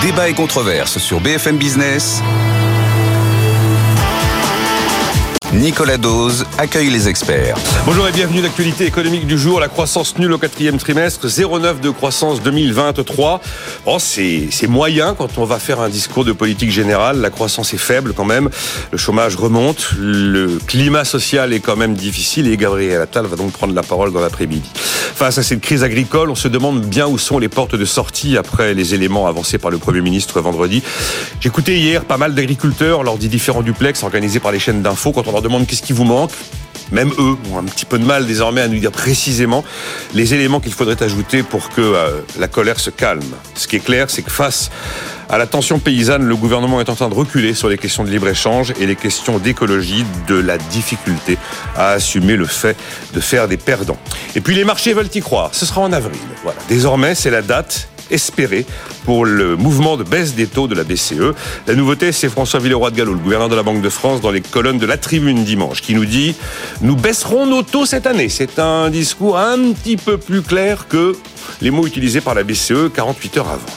Débat et controverse sur BFM Business. Nicolas Dose accueille les experts. Bonjour et bienvenue à l'actualité économique du jour. La croissance nulle au 4e trimestre, 0,9 de croissance 2023. C'est moyen quand on va faire un discours de politique générale. La croissance est faible quand même. Le chômage remonte. Le climat social est quand même difficile. Et Gabriel Attal va donc prendre la parole dans l'après-midi. Face à cette crise agricole, on se demande bien où sont les portes de sortie après les éléments avancés par le Premier ministre vendredi. J'écoutais hier pas mal d'agriculteurs lors des différents duplex organisés par les chaînes d'infos. Quand on leur demande qu'est-ce qui vous manque, même eux ont un petit peu de mal désormais à nous dire précisément les éléments qu'il faudrait ajouter pour que la colère se calme. Ce qui est clair, c'est que face à la tension paysanne, le gouvernement est en train de reculer sur les questions de libre-échange et les questions d'écologie, de la difficulté à assumer le fait de faire des perdants. Et puis les marchés veulent y croire, ce sera en avril. Voilà. Désormais, c'est la date espéré pour le mouvement de baisse des taux de la BCE. La nouveauté, c'est François Villeroy de Galhau, le gouverneur de la Banque de France, dans les colonnes de La Tribune dimanche, qui nous dit « Nous baisserons nos taux cette année ». C'est un discours un petit peu plus clair que les mots utilisés par la BCE 48 heures avant.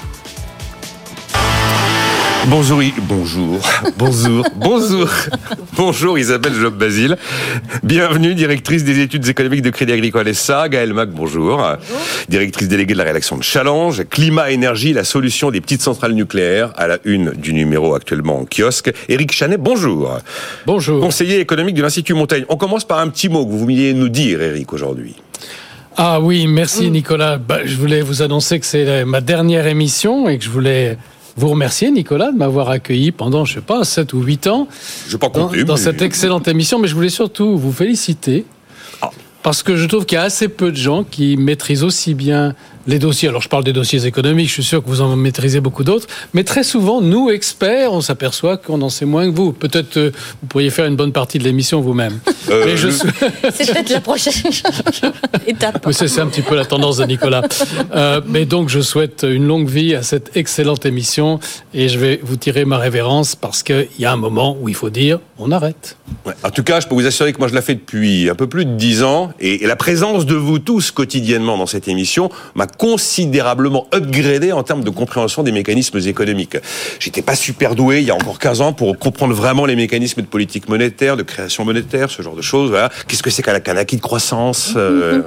Bonjour Isabelle Job-Basile. Bienvenue, directrice des études économiques de Crédit Agricole SA. Gaël Mac, bonjour. Directrice déléguée de la rédaction de Challenge. Climat, énergie, la solution des petites centrales nucléaires, à la une du numéro actuellement en kiosque. Éric Chanet, bonjour. Bonjour. Conseiller économique de l'Institut Montaigne. On commence par un petit mot que vous vouliez nous dire, Éric, aujourd'hui. Ah oui, merci Nicolas. Je voulais vous annoncer que c'est ma dernière émission et que je voulais vous remercier, Nicolas, de m'avoir accueilli pendant, 7 ou 8 ans dans cette excellente émission. Mais je voulais surtout vous féliciter parce que je trouve qu'il y a assez peu de gens qui maîtrisent aussi bien les dossiers. Alors, je parle des dossiers économiques, je suis sûr que vous en maîtrisez beaucoup d'autres. Mais très souvent, nous, experts, on s'aperçoit qu'on en sait moins que vous. Peut-être vous pourriez faire une bonne partie de l'émission vous-même. C'est peut-être la prochaine étape. Mais c'est un petit peu la tendance de Nicolas. Mais donc, je souhaite une longue vie à cette excellente émission. Et je vais vous tirer ma révérence parce qu'il y a un moment où il faut dire on arrête. Ouais. En tout cas, je peux vous assurer que moi, je la fais depuis un peu plus de 10 ans. Et la présence de vous tous quotidiennement dans cette émission m'a considérablement upgradé en termes de compréhension des mécanismes économiques. J'étais pas super doué il y a encore 15 ans pour comprendre vraiment les mécanismes de politique monétaire, de création monétaire, ce genre de choses. Voilà. Qu'est-ce que c'est qu'un acquis de croissance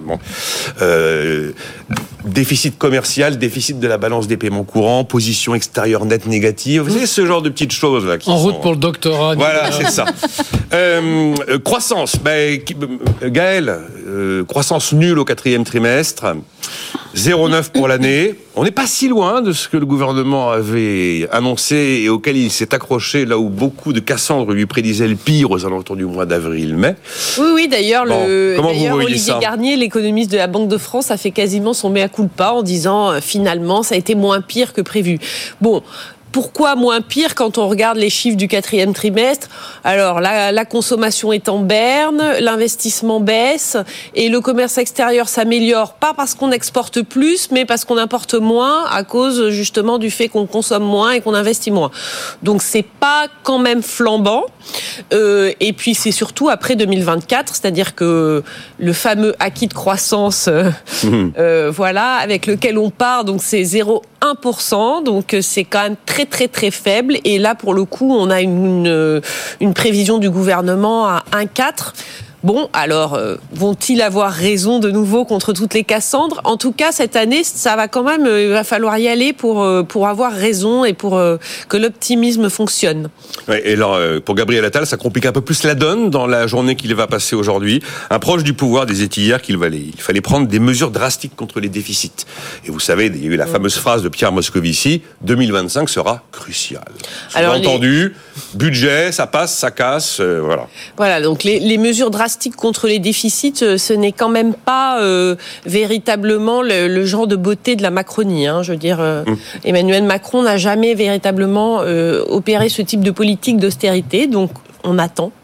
déficit commercial, déficit de la balance des paiements courants, position extérieure nette négative. Vous savez, ce genre de petites choses là. Route pour le doctorat. Voilà, c'est ça. Croissance. Gaël, croissance nulle au 4e trimestre. 0,9 pour l'année. On n'est pas si loin de ce que le gouvernement avait annoncé et auquel il s'est accroché, là où beaucoup de Cassandre lui prédisaient le pire aux alentours du mois d'avril-mai. Oui, d'ailleurs, Olivier ça Garnier, l'économiste de la Banque de France, a fait quasiment son mea culpa en disant finalement, ça a été moins pire que prévu. Bon. Pourquoi moins pire quand on regarde les chiffres du 4e trimestre ? Alors, la consommation est en berne, l'investissement baisse et le commerce extérieur s'améliore, pas parce qu'on exporte plus, mais parce qu'on importe moins à cause justement du fait qu'on consomme moins et qu'on investit moins. Donc, c'est pas quand même flambant. Et puis, c'est surtout après 2024, c'est-à-dire que le fameux acquis de croissance, avec lequel on part, donc c'est 0,1%, donc c'est quand même très très très faible. Et là, pour le coup, on a une prévision du gouvernement à 1,4%. Bon, alors, vont-ils avoir raison de nouveau contre toutes les Cassandres ? En tout cas, cette année, ça va quand même, il va falloir y aller pour avoir raison et pour que l'optimisme fonctionne. Ouais, et alors, pour Gabriel Attal, ça complique un peu plus la donne dans la journée qu'il va passer aujourd'hui. Un proche du pouvoir disait hier qu'il fallait prendre des mesures drastiques contre les déficits. Et vous savez, il y a eu la fameuse phrase de Pierre Moscovici, 2025 sera crucial. Sous-entendu, budget, ça passe, ça casse, voilà. Voilà, donc les mesures drastiques contre les déficits, ce n'est quand même pas véritablement le genre de beauté de la Macronie. Je veux dire, Emmanuel Macron n'a jamais véritablement opéré ce type de politique d'austérité, donc on attend.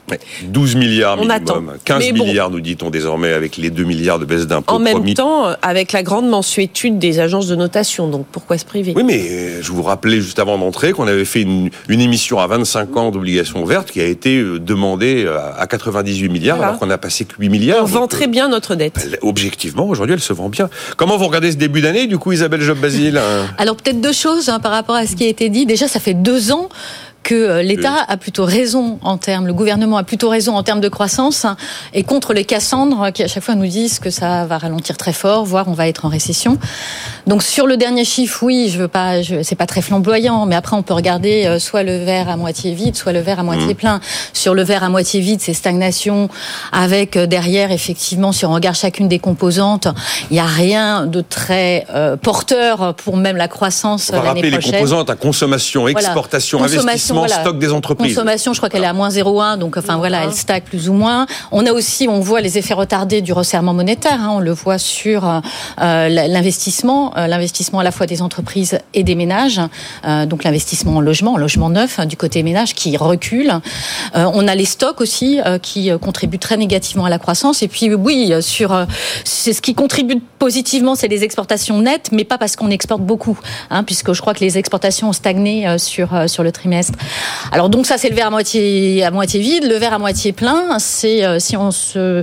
Ouais, 12 milliards minimum. Attend. 15 milliards, nous dit-on désormais, avec les 2 milliards de baisse d'impôts en promis. même temps, avec la grande mansuétude des agences de notation, donc pourquoi se priver ? Oui, mais je vous rappelais juste avant d'entrer qu'on avait fait une émission à 25 ans d'obligations vertes qui a été demandée à 98 milliards, alors qu'on a passé que 8 milliards. On vend très bien notre dette. Objectivement, aujourd'hui, elle se vend bien. Comment vous regardez ce début d'année, du coup, Isabelle Job-Basile ? Alors peut-être deux choses par rapport à ce qui a été dit. Déjà, ça fait 2 ans que l'État a plutôt raison le gouvernement a plutôt raison en termes de croissance, et contre les Cassandres qui à chaque fois nous disent que ça va ralentir très fort, voire on va être en récession. Donc sur le dernier chiffre, oui, c'est pas très flamboyant, mais après on peut regarder soit le verre à moitié vide, soit le verre à moitié plein. Sur le verre à moitié vide, c'est stagnation, avec derrière effectivement, si on regarde chacune des composantes, il n'y a rien de très porteur pour même la croissance l'année prochaine. On va rappeler les composantes à consommation, exportation, investissement, stock des entreprises. Consommation, je crois qu'elle est à moins 0,1, donc elle stagne plus ou moins. On voit les effets retardés du resserrement monétaire, on le voit sur l'investissement à la fois des entreprises et des ménages, donc l'investissement en logement neuf, du côté ménage qui recule. On a les stocks aussi qui contribuent très négativement à la croissance, et puis oui, c'est ce qui contribue positivement, c'est les exportations nettes, mais pas parce qu'on exporte beaucoup, puisque je crois que les exportations ont stagné sur le trimestre. Alors donc ça, c'est le verre à moitié vide. Le verre à moitié plein, c'est si on se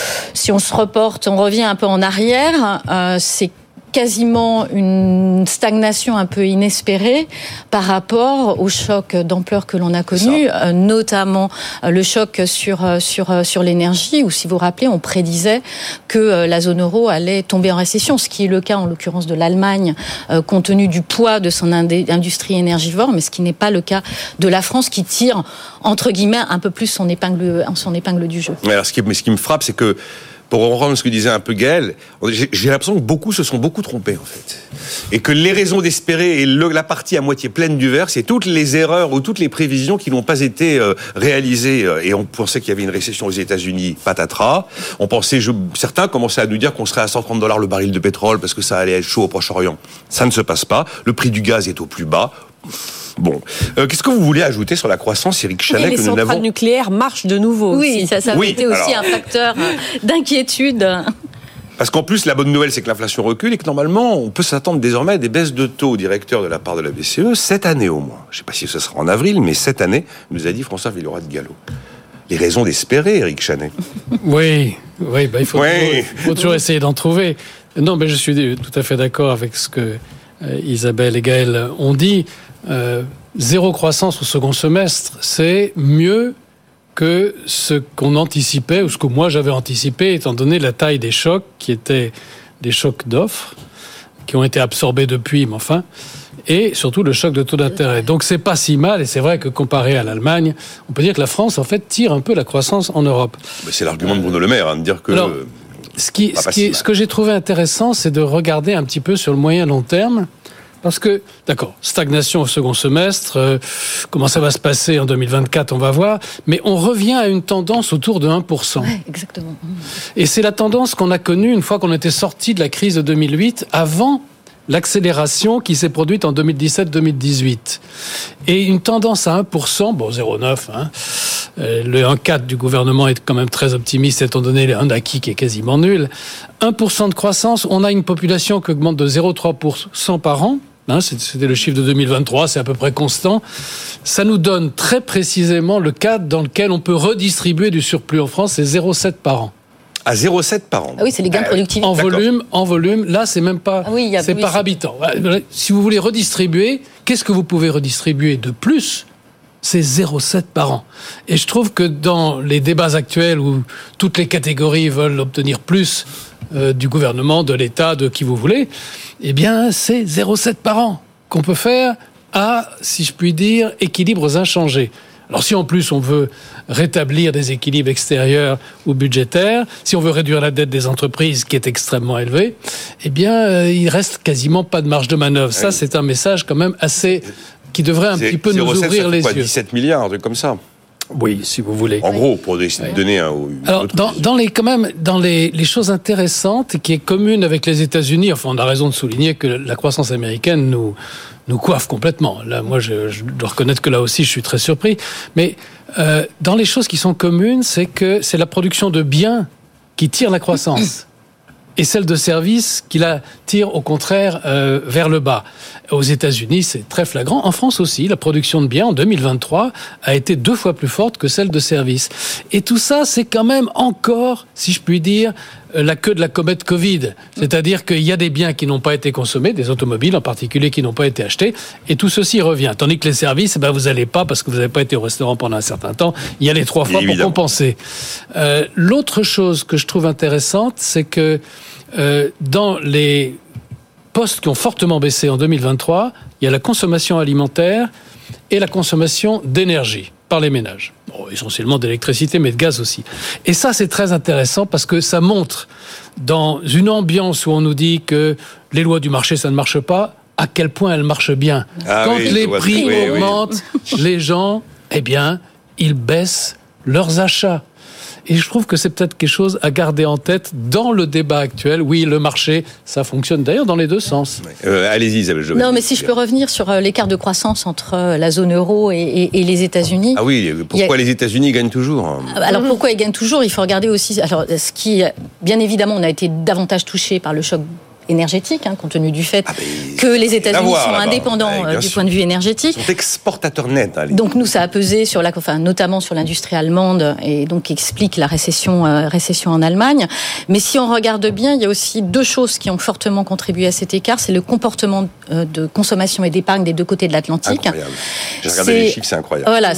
reporte, on revient un peu en arrière, c'est quasiment une stagnation un peu inespérée par rapport au choc d'ampleur que l'on a connu, notamment le choc sur l'énergie, où si vous vous rappelez, on prédisait que la zone euro allait tomber en récession, ce qui est le cas en l'occurrence de l'Allemagne, compte tenu du poids de son industrie énergivore, mais ce qui n'est pas le cas de la France, qui tire entre guillemets un peu plus son épingle du jeu. Alors ce qui me frappe, c'est que pour reprendre ce que disait un peu Gaël, j'ai l'impression que beaucoup se sont trompés, en fait. Et que les raisons d'espérer et la partie à moitié pleine du verre, c'est toutes les erreurs ou toutes les prévisions qui n'ont pas été réalisées. Et on pensait qu'il y avait une récession aux États-Unis, patatras. On pensait, certains commençaient à nous dire qu'on serait à $130 le baril de pétrole parce que ça allait être chaud au Proche-Orient. Ça ne se passe pas. Le prix du gaz est au plus bas. Bon, qu'est-ce que vous voulez ajouter sur la croissance, Éric Chanet, que nous n'avons... Les centrales nucléaires marchent de nouveau. Oui, ça a été aussi un facteur d'inquiétude. Parce qu'en plus, la bonne nouvelle, c'est que l'inflation recule et que normalement, on peut s'attendre désormais à des baisses de taux directeurs de la part de la BCE, cette année au moins. Je ne sais pas si ce sera en avril, mais cette année, nous a dit François Villeroy de Galhau. Les raisons d'espérer, Éric Chanet. Oui, il faut toujours essayer d'en trouver. Non, mais je suis tout à fait d'accord avec ce que Isabelle et Gaël ont dit. Zéro croissance au second semestre, c'est mieux que ce qu'on anticipait, ou ce que moi j'avais anticipé, étant donné la taille des chocs, qui étaient des chocs d'offres, qui ont été absorbés depuis, mais enfin, et surtout le choc de taux d'intérêt. Donc c'est pas si mal, et c'est vrai que comparé à l'Allemagne, on peut dire que la France, en fait, tire un peu la croissance en Europe. Mais c'est l'argument de Bruno Le Maire, de dire que... Alors, ce que j'ai trouvé intéressant, c'est de regarder un petit peu sur le moyen long terme. Parce que, d'accord, stagnation au second semestre, comment ça va se passer en 2024, on va voir, mais on revient à une tendance autour de 1%. Ouais, exactement. Et c'est la tendance qu'on a connue une fois qu'on était sorti de la crise de 2008, avant l'accélération qui s'est produite en 2017-2018. Et une tendance à 1%, bon 0,9, le 1,4 du gouvernement est quand même très optimiste étant donné un acquis qui est quasiment nul. 1% de croissance, on a une population qui augmente de 0,3% par an. C'était le chiffre de 2023, c'est à peu près constant. Ça nous donne très précisément le cadre dans lequel on peut redistribuer du surplus en France, c'est 0,7 par an. À 0,7 par an. Ah oui, c'est les gains de productivité. En volume, là, c'est même pas... c'est par habitant. Si vous voulez redistribuer, qu'est-ce que vous pouvez redistribuer de plus ? C'est 0,7 par an. Et je trouve que dans les débats actuels où toutes les catégories veulent obtenir plus du gouvernement, de l'État, de qui vous voulez, eh bien, c'est 0,7 par an qu'on peut faire à, si je puis dire, équilibres inchangés. Alors si en plus on veut rétablir des équilibres extérieurs ou budgétaires, si on veut réduire la dette des entreprises qui est extrêmement élevée, eh bien il reste quasiment pas de marge de manœuvre. Ça, c'est un message quand même assez qui devrait un petit peu nous ouvrir les yeux. 17 milliards, un truc comme ça. Oui, si vous voulez. En gros, pour donner un... Alors, dans les choses intéressantes qui est commune avec les États-Unis, enfin, on a raison de souligner que la croissance américaine nous coiffe complètement. Là, moi, je dois reconnaître que là aussi, je suis très surpris. Mais dans les choses qui sont communes, c'est que c'est la production de biens qui tire la croissance. Et celle de services qui la tire au contraire vers le bas. Aux États-Unis, c'est très flagrant. En France aussi, la production de biens en 2023 a été 2 fois plus forte que celle de services. Et tout ça, c'est quand même encore, si je puis dire, la queue de la comète Covid. C'est-à-dire qu'il y a des biens qui n'ont pas été consommés, des automobiles en particulier qui n'ont pas été achetés, et tout ceci revient. Tandis que les services, vous n'allez pas, parce que vous n'avez pas été au restaurant pendant un certain temps, y aller 3 fois pour compenser. L'autre chose que je trouve intéressante, c'est que dans les postes qui ont fortement baissé en 2023, il y a la consommation alimentaire et la consommation d'énergie par les ménages. Bon, essentiellement d'électricité, mais de gaz aussi. Et ça, c'est très intéressant parce que ça montre, dans une ambiance où on nous dit que les lois du marché, ça ne marche pas, à quel point elles marchent bien. Quand les prix augmentent, les gens, ils baissent leurs achats. Et je trouve que c'est peut-être quelque chose à garder en tête dans le débat actuel. Oui, le marché, ça fonctionne d'ailleurs dans les deux sens. Allez-y, Isabelle. Non, mais si je peux revenir sur l'écart de croissance entre la zone euro et les États-Unis. Ah oui, pourquoi les États-Unis gagnent toujours ? Alors pourquoi ils gagnent toujours ? Il faut regarder aussi. Alors, ce qui, bien évidemment, on a été davantage touché par le choc énergétique, compte tenu du fait que les États-Unis sont indépendants du point de vue énergétique. Ils sont exportateurs nets. Donc nous, ça a pesé sur notamment sur l'industrie allemande, et donc qui explique la récession en Allemagne. Mais si on regarde bien, il y a aussi 2 choses qui ont fortement contribué à cet écart. C'est le comportement de consommation et d'épargne des 2 côtés de l'Atlantique. Incroyable. J'ai regardé les chiffres, c'est incroyable. Voilà,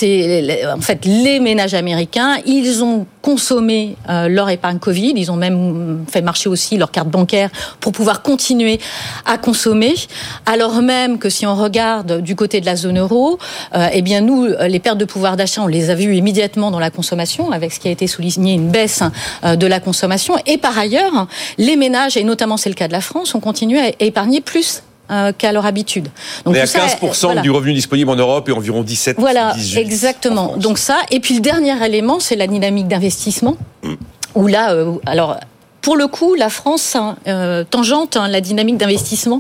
en fait les ménages américains, ils ont consommé leur épargne Covid. Ils ont même fait marcher aussi leur carte bancaire pour pouvoir continuer à consommer, alors même que si on regarde du côté de la zone euro, nous, les pertes de pouvoir d'achat, on les a vues immédiatement dans la consommation, avec ce qui a été souligné, une baisse de la consommation. Et par ailleurs, les ménages, et notamment c'est le cas de la France, ont continué à épargner plus qu'à leur habitude. Donc, on est à 15% du revenu disponible en Europe et environ 17%. Voilà, exactement. Donc ça, et puis le dernier élément, c'est la dynamique d'investissement, où là, pour le coup, la France tangente la dynamique d'investissement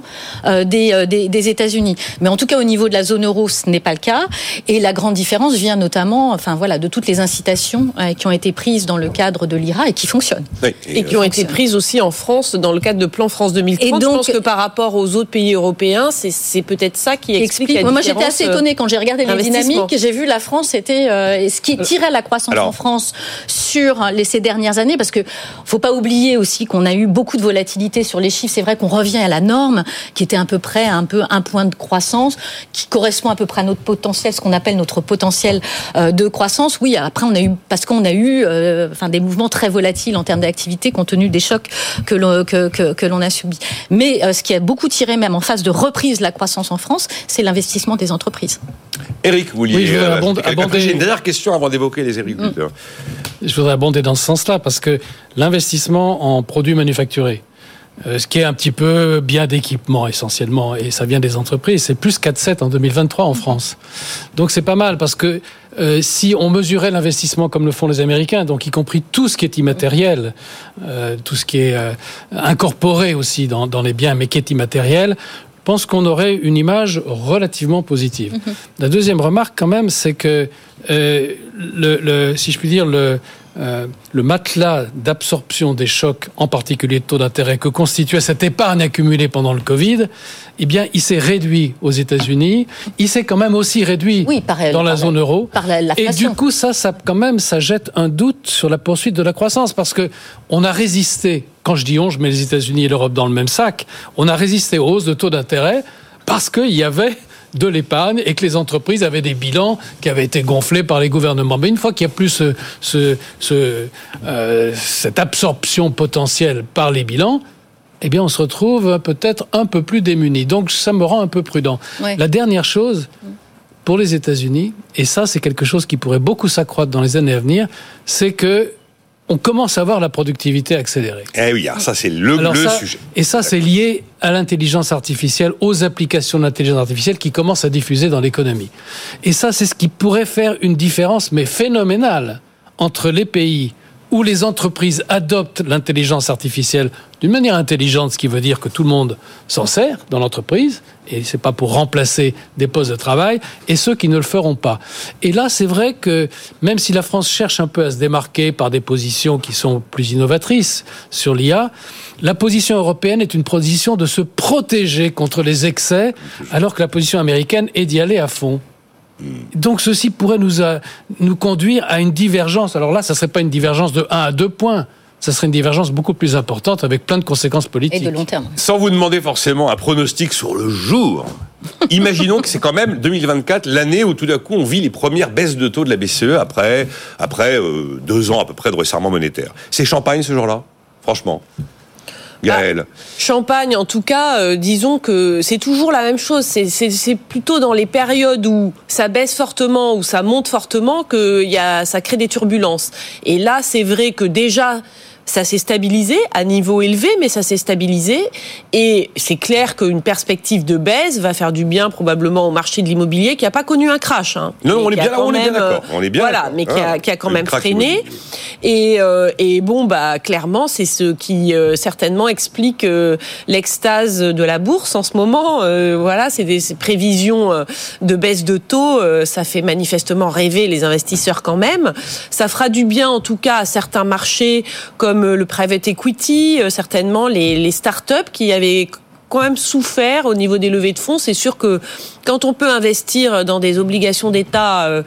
des États-Unis. Mais en tout cas, au niveau de la zone euro, ce n'est pas le cas. Et la grande différence vient notamment, de toutes les incitations qui ont été prises dans le cadre de l'IRA et qui fonctionnent. Oui, et qui ont été prises aussi en France dans le cadre de Plan France 2030. Et donc, je pense que par rapport aux autres pays européens, c'est peut-être ça qui explique la différence. Moi, j'étais assez étonnée quand j'ai regardé les dynamiques. J'ai vu la France, c'était ce qui tirait la croissance en France sur ces dernières années, parce que faut pas oublier aussi qu'on a eu beaucoup de volatilité sur les chiffres. C'est vrai qu'on revient à la norme qui était à peu près un point de croissance qui correspond à peu près à notre potentiel, ce qu'on appelle notre potentiel de croissance. Oui, après qu'on a eu des mouvements très volatiles en termes d'activité compte tenu des chocs que l'on a subis. Mais ce qui a beaucoup tiré même en phase de reprise de la croissance en France, c'est l'investissement des entreprises. Éric, vous vouliez... Oui, je voudrais abonder... J'ai une dernière question avant d'évoquer les agriculteurs. Je voudrais abonder dans ce sens-là, parce que l'investissement en produits manufacturés, ce qui est un petit peu bien d'équipement essentiellement, et ça vient des entreprises, c'est plus 4,7 en 2023 en France. Donc c'est pas mal, parce que si on mesurait l'investissement comme le font les Américains, donc y compris tout ce qui est immatériel, tout ce qui est incorporé aussi dans les biens, mais qui est immatériel, je pense qu'on aurait une image relativement positive. La deuxième remarque, quand même, c'est que si je puis dire, le matelas d'absorption des chocs, en particulier de taux d'intérêt, que constituait cette épargne accumulée pendant le Covid, il s'est réduit aux États-Unis. Il s'est quand même aussi réduit dans la zone euro. Et du coup, ça jette un doute sur la poursuite de la croissance, parce que on a résisté. Quand je dis on, je mets les États-Unis et l'Europe dans le même sac. On a résisté aux hausses de taux d'intérêt parce qu'il y avait de l'épargne et que les entreprises avaient des bilans qui avaient été gonflés par les gouvernements. Mais une fois qu'il n'y a plus cette absorption potentielle par les bilans, on se retrouve peut-être un peu plus démunis. Donc ça me rend un peu prudent. Ouais. La dernière chose, pour les États-Unis, et ça c'est quelque chose qui pourrait beaucoup s'accroître dans les années à venir, c'est que on commence à voir la productivité accélérée. Eh oui, ça c'est le sujet. Et ça, c'est lié à l'intelligence artificielle, aux applications de l'intelligence artificielle qui commencent à diffuser dans l'économie. Et ça, c'est ce qui pourrait faire une différence, mais phénoménale, entre les pays où les entreprises adoptent l'intelligence artificielle d'une manière intelligente, ce qui veut dire que tout le monde s'en sert dans l'entreprise, et c'est pas pour remplacer des postes de travail, et ceux qui ne le feront pas. Et là, c'est vrai que même si la France cherche un peu à se démarquer par des positions qui sont plus innovatrices sur l'IA, la position européenne est une position de se protéger contre les excès, alors que la position américaine est d'y aller à fond. Donc ceci pourrait nous conduire à une divergence. Alors là, ça ne serait pas une divergence de 1 à 2 points. Ça serait une divergence beaucoup plus importante avec plein de conséquences politiques. Et de long terme. Sans vous demander forcément un pronostic sur le jour, imaginons que c'est quand même 2024, l'année où tout d'un coup on vit les premières baisses de taux de la BCE après 2 ans à peu près de resserrement monétaire. C'est champagne ce jour-là, franchement. Gaëlle. Champagne, en tout cas, disons que c'est toujours la même chose. C'est plutôt dans les périodes où ça baisse fortement, où ça monte fortement, que ça crée des turbulences. Et là, c'est vrai que déjà, ça s'est stabilisé à niveau élevé, mais ça s'est stabilisé. Et c'est clair qu'une perspective de baisse va faire du bien probablement au marché de l'immobilier qui n'a pas connu un crash. Hein, non, on est bien d'accord. Voilà, mais qui a quand même freiné. Et bon, clairement, c'est ce qui certainement explique l'extase de la bourse en ce moment. Voilà, c'est des prévisions de baisse de taux. Ça fait manifestement rêver les investisseurs quand même. Ça fera du bien en tout cas à certains marchés comme le private equity, certainement les startups qui avaient quand même souffert au niveau des levées de fonds. C'est sûr que quand on peut investir dans des obligations d'État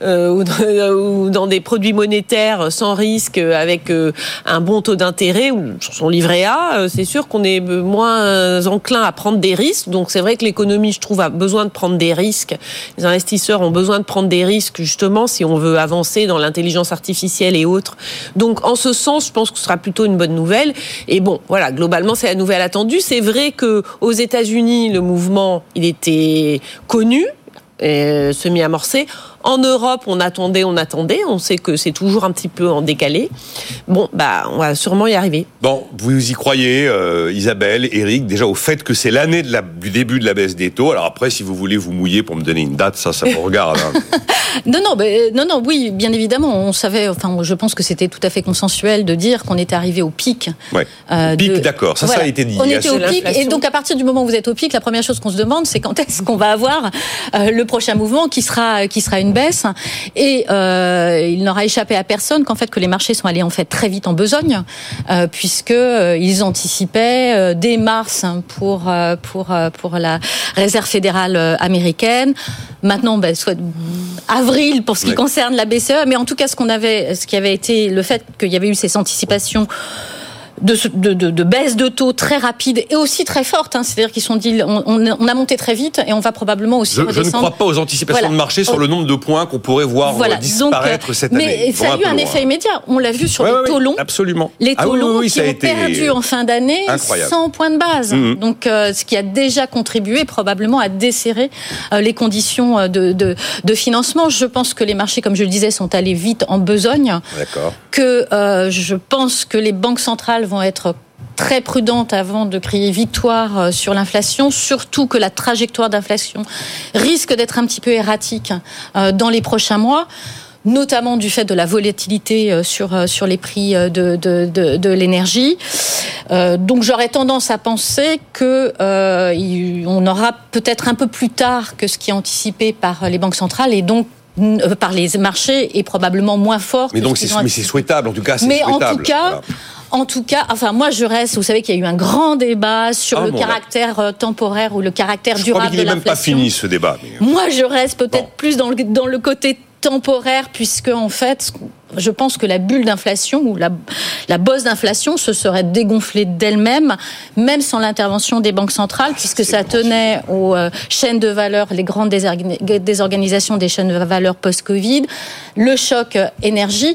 ou dans des produits monétaires sans risque avec un bon taux d'intérêt ou sur son livret A, c'est sûr qu'on est moins enclin à prendre des risques. Donc c'est vrai que l'économie, je trouve, a besoin de prendre des risques. Les investisseurs ont besoin de prendre des risques justement si on veut avancer dans l'intelligence artificielle et autres. Donc en ce sens, je pense que ce sera plutôt une bonne nouvelle. Et bon, voilà, globalement, c'est la nouvelle attendue. C'est vrai que aux États-Unis, le mouvement, il était connu, semi-amorcé. En Europe, on attendait. On sait que c'est toujours un petit peu en décalé. Bon, on va sûrement y arriver. Bon, vous y croyez, Isabelle, Éric, déjà au fait que c'est l'année du début de la baisse des taux. Alors après, si vous voulez vous mouiller pour me donner une date, ça vous regarde. Hein. Non, oui, bien évidemment. On savait, je pense que c'était tout à fait consensuel de dire qu'on était arrivé au pic. Ouais. Pic, d'accord. Ça a été dit. On était au pic. Et donc, à partir du moment où vous êtes au pic, la première chose qu'on se demande, c'est quand est-ce qu'on va avoir le prochain mouvement qui sera une baisse. Et il n'aura échappé à personne qu'en fait que les marchés sont allés en fait très vite en besogne, puisque ils anticipaient dès mars pour la Réserve fédérale américaine. Maintenant, soit avril pour ce qui concerne la BCE, mais en tout cas ce qui avait été le fait qu'il y avait eu ces anticipations de baisse de taux très rapide et aussi très forte. C'est-à-dire qu'ils sont dit, on a monté très vite et on va probablement aussi redescendre. Je ne crois pas aux anticipations de marché sur le nombre de points qu'on pourrait voir disparaître cette année. Mais ça a eu un effet immédiat. On l'a vu sur les taux longs. Absolument. Les taux longs qui ont perdu en fin d'année 100 points de base. Donc, ce qui a déjà contribué probablement à desserrer les conditions de financement. Je pense que les marchés, comme je le disais, sont allés vite en besogne. D'accord. Que je pense que les banques centrales vont être très prudentes avant de crier victoire sur l'inflation, surtout que la trajectoire d'inflation risque d'être un petit peu erratique dans les prochains mois, notamment du fait de la volatilité sur les prix de l'énergie. Donc j'aurais tendance à penser que on aura peut-être un peu plus tard que ce qui est anticipé par les banques centrales et donc par les marchés et probablement moins fort. Mais donc c'est souhaitable, en tout cas. En tout cas, moi je reste. Vous savez qu'il y a eu un grand débat sur le caractère temporaire ou le caractère durable de l'inflation. Je crois qu'il n'est même pas fini ce débat. Moi je reste peut-être plus dans le côté temporaire, puisque en fait, je pense que la bulle d'inflation ou la bosse d'inflation se serait dégonflée d'elle-même, même sans l'intervention des banques centrales, puisque ça tenait aux chaînes de valeur, les grandes désorganisations des chaînes de valeur post-Covid, le choc énergie.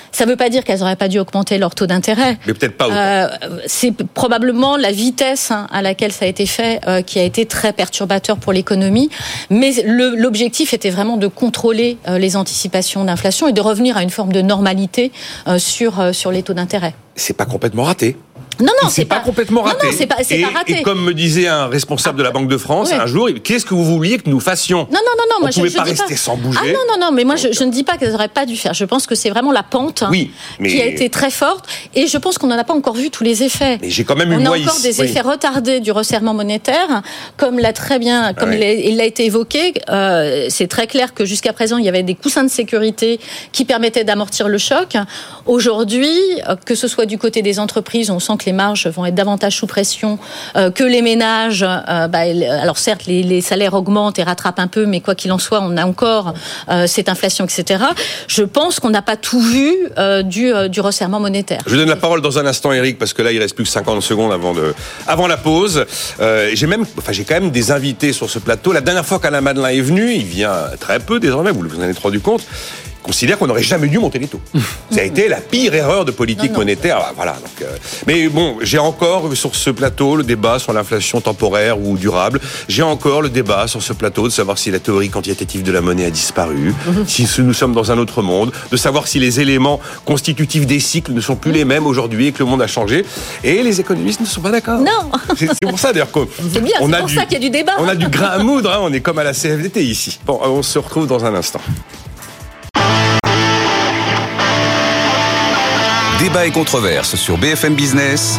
Ça ne veut pas dire qu'elles n'auraient pas dû augmenter leur taux d'intérêt. Mais peut-être pas autant. C'est probablement la vitesse à laquelle ça a été fait qui a été très perturbateur pour l'économie. Mais l'objectif était vraiment de contrôler les anticipations d'inflation et de revenir à une forme de normalité sur les taux d'intérêt. C'est pas complètement raté. Non, c'est pas complètement raté. Non, c'est pas raté. Et comme me disait un responsable de la Banque de France un jour, qu'est-ce que vous vouliez que nous fassions ? Non. On ne pouvait pas rester sans bouger. Non, mais moi je ne dis pas qu'elles n'auraient pas dû faire. Je pense que c'est vraiment la pente qui a été très forte. Et je pense qu'on n'en a pas encore vu tous les effets. Mais j'ai quand même on a encore des effets retardés du resserrement monétaire, comme il a été évoqué. C'est très clair que jusqu'à présent, il y avait des coussins de sécurité qui permettaient d'amortir le choc. Aujourd'hui, que ce soit du côté des entreprises, on sent que les marges vont être davantage sous pression, que les ménages, alors certes les salaires augmentent et rattrapent un peu, mais quoi qu'il en soit, on a encore cette inflation, etc. Je pense qu'on n'a pas tout vu du resserrement monétaire. Je vous donne la parole dans un instant, Eric, parce que là, il reste plus que 50 secondes avant la pause. J'ai quand même des invités sur ce plateau. La dernière fois qu'Alain Madelin est venu, il vient très peu désormais, vous en êtes rendu compte, considère qu'on n'aurait jamais dû monter les taux. Ça a été la pire erreur de politique monétaire. Voilà. Donc, mais bon, j'ai encore sur ce plateau le débat sur l'inflation temporaire ou durable. J'ai encore le débat sur ce plateau de savoir si la théorie quantitative de la monnaie a disparu, si nous sommes dans un autre monde, de savoir si les éléments constitutifs des cycles ne sont plus les mêmes aujourd'hui et que le monde a changé. Et les économistes ne sont pas d'accord. Non. C'est pour ça d'ailleurs qu'on c'est bien, c'est pour ça qu'il y a du débat. On a du grain à moudre. On est comme à la CFDT ici. Bon, on se retrouve dans un instant. Débat et controverse sur BFM Business.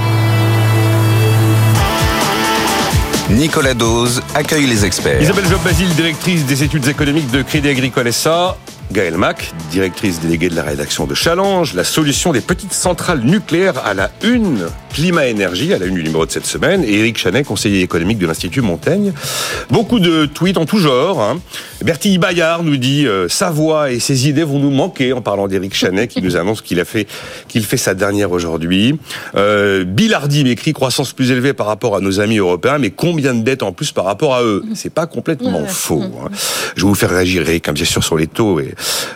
Nicolas Dose accueille les experts. Isabelle Job-Basile, directrice des études économiques de Crédit Agricole SA. Gaëlle Mac, directrice déléguée de la rédaction de Challenge, la solution des petites centrales nucléaires à la une, Climat Énergie, à la une du numéro de cette semaine, et Éric Chanet, conseiller économique de l'Institut Montaigne. Beaucoup de tweets en tout genre. Bertille Bayard nous dit sa voix et ses idées vont nous manquer, en parlant d'Éric Chanet, qui nous annonce qu'il fait sa dernière aujourd'hui. Bill Hardy m'écrit croissance plus élevée par rapport à nos amis européens, mais combien de dettes en plus par rapport à eux ? C'est pas complètement faux. Je vais vous faire réagir, Éric, bien sûr, sur les taux et